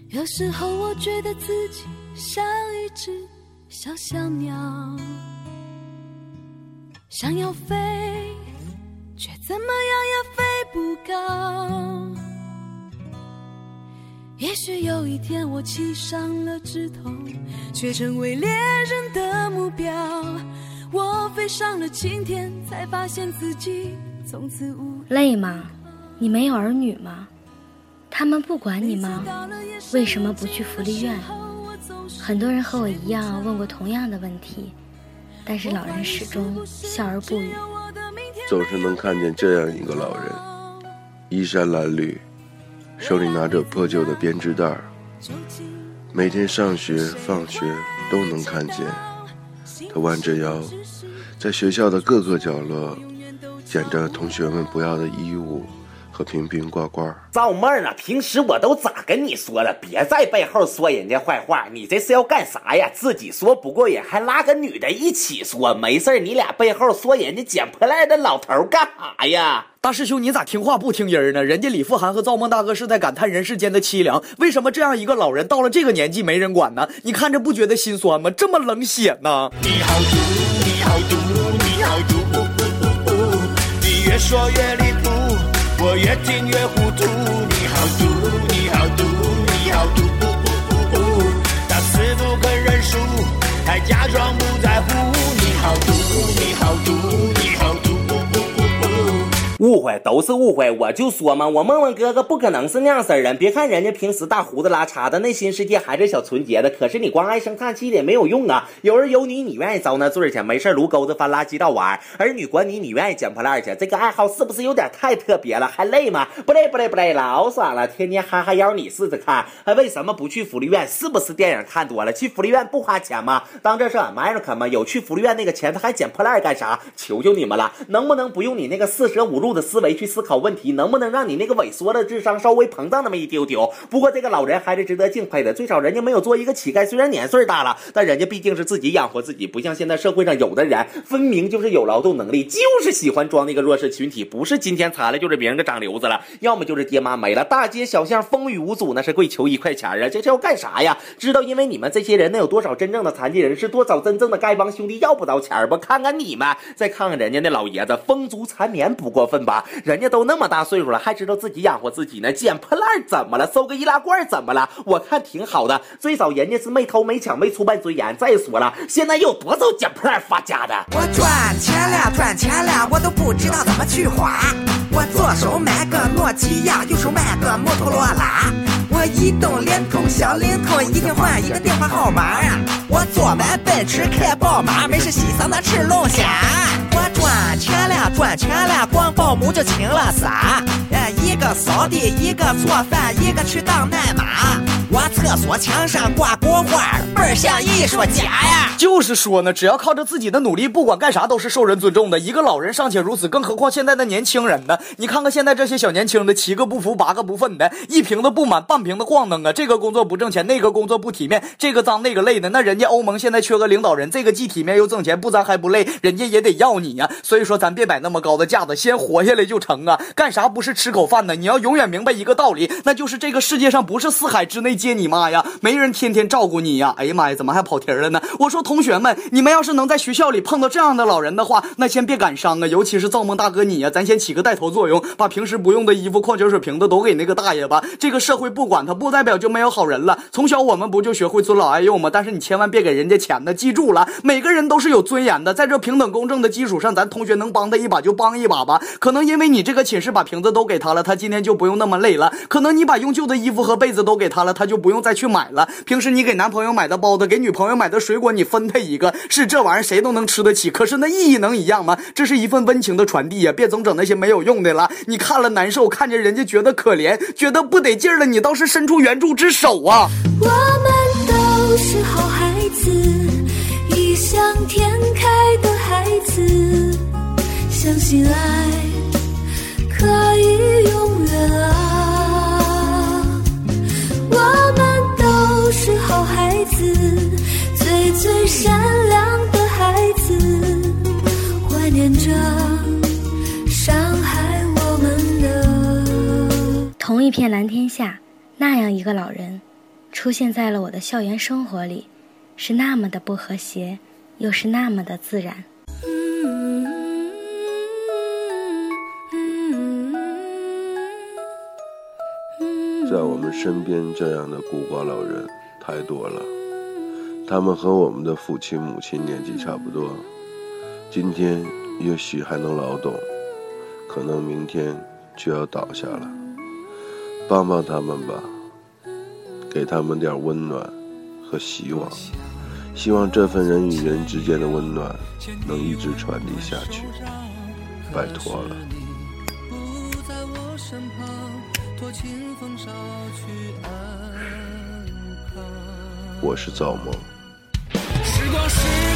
有时候我觉得自己像一只小小鸟，想要飞，却怎么样也飞不高。也许有一天我栖上了枝头，却成为猎人的目标。我飞上了青天，才发现自己从此无累吗？你没有儿女吗？他们不管你吗？为什么不去福利院？很多人和我一样问过同样的问题，但是老人始终笑而不语。 总是能看见这样一个老人，衣衫褴褛，手里拿着破旧的编织袋，每天上学放学都能看见他弯着腰，在学校的各个角落捡着同学们不要的衣物和瓶瓶罐罐。 赵妹儿啊，平时我都咋跟你说了，别在背后说人家坏话，你这是要干啥呀？自己说不过瘾，还拉个女的一起说，没事你俩背后说人家捡破烂的老头干啥呀？ 大师兄，你咋听话不听音呢？人家李富含和赵梦大哥是在感叹人世间的凄凉，为什么这样一个老人到了这个年纪没人管呢？你看着不觉得心酸吗？这么冷血呢？ 你好毒，你好毒，你好毒，你越说越离谱，我越听越糊涂。你好毒，你好毒，你好毒，他死不肯认输，还假装不在乎。你好毒，你好毒，你好毒。 误会都是误会，我就说嘛，我梦梦哥哥不可能是那样式人。别看人家平时大胡子拉碴的，内心世界还是小纯洁的，可是你光唉声叹气的也没有用啊。有儿有女，你愿意遭那罪去，没事炉钩子翻垃圾到玩，儿女管你，你愿意捡破烂去，这个爱好是不是有点太特别了？还累吗？不累不累不累，老爽了，天天哈哈腰，你试试看。还为什么不去福利院？是不是电影看多了？去福利院不花钱吗？当这是 America 吗？有去福利院那个钱，他还捡破烂干啥？求求你们了，能不能不用你那个四舍五入的思维去思考问题？能不能让你那个萎缩的智商稍微膨胀那么一丢丢？不过这个老人还是值得敬佩的，最少人家没有做一个乞丐，虽然年岁大了，但人家毕竟是自己养活自己，不像现在社会上有的人分明就是有劳动能力，就是喜欢装那个弱势群体，不是今天残了就是别人的长瘤子了，要么就是爹妈没了，大街小巷风雨无阻，那是跪求1块钱啊！这要干啥呀？知道因为你们这些人，那有多少真正的残疾人士，多少真正的丐帮兄弟要不着钱不？看看你们，再看看人家那老爷子，风烛残年不过分吧？人家都那么大岁数了，还知道自己养活自己呢，捡破烂怎么了？收个易拉罐怎么了？我看挺好的，最少人家是没偷没抢没触犯尊严。再说了，现在有多少捡破烂发家的？ 我赚钱了，我都不知道怎么去花。我左手买个诺基亚，右手买个摩托罗拉。我移动、联通、小灵通，一天换一个电话号码。我左买奔驰，开宝马，没事西桑那吃龙虾。我赚钱了，光保姆就请了仨，一个扫地，一个做饭，一个去当奶妈。我厕所墙上挂国画，倍儿像艺术家呀！ 就是说呢，只要靠着自己的努力，不管干啥都是受人尊重的。一个老人尚且如此，更何况现在的年轻人呢？你看看现在这些小年轻的，7个不服8个不忿的，一瓶子不满半瓶子晃荡啊！这个工作不挣钱，那个工作不体面，这个脏那个累的。那人家欧盟现在缺个领导人，这个既体面又挣钱，不咱还不累，人家也得要你呀。所以说咱别摆那么高的架子，先活下来就成啊！干啥不是吃口饭呢？你要永远明白一个道理，那就是这个世界上不是4海之内接你妈呀，没人天天照顾你呀。哎呀妈呀，怎么还跑题了呢？我说同学们，你们要是能在学校里碰到这样的老人的话，那先别感伤啊，尤其是造梦大哥你呀，咱先起个带头作用，把平时不用的衣服、矿泉水瓶子都给那个大爷吧。这个社会不管他，不代表就没有好人了。从小我们不就学会尊老爱幼吗？但是你千万别给人家钱呢，记住了，每个人都是有尊严的，在这平等公正的基础上，咱同学能帮他一把就帮一把吧。可能因为你这个寝室把瓶子都给他了，他今天就不用那么累了。可能你把用旧的衣服和被子都给他了，他就不用再去买了。平时你给男朋友买的包子，给女朋友买的水果，你分他一个，是这玩意儿谁都能吃得起，可是那意义能一样吗？这是一份温情的传递呀，别总整那些没有用的了。你看了难受，看着人家觉得可怜，觉得不得劲了，你倒是伸出援助之手啊！ 我们都是好孩子，异想天开的孩子，相信爱可以永远啊！我们都是好孩子，最善良的孩子，怀念着伤害我们的。 同一片蓝天下，那样一个老人， 出现在了我的校园生活里，是那么的不和谐，又是那么的自然。 在我们身边这样的孤寡老人太多了，他们和我们的父亲母亲年纪差不多，今天也许还能劳动，可能明天就要倒下了。帮帮他们吧，给他们点温暖和希望，希望这份人与人之间的温暖能一直传递下去，拜托了。我是造梦。 时光是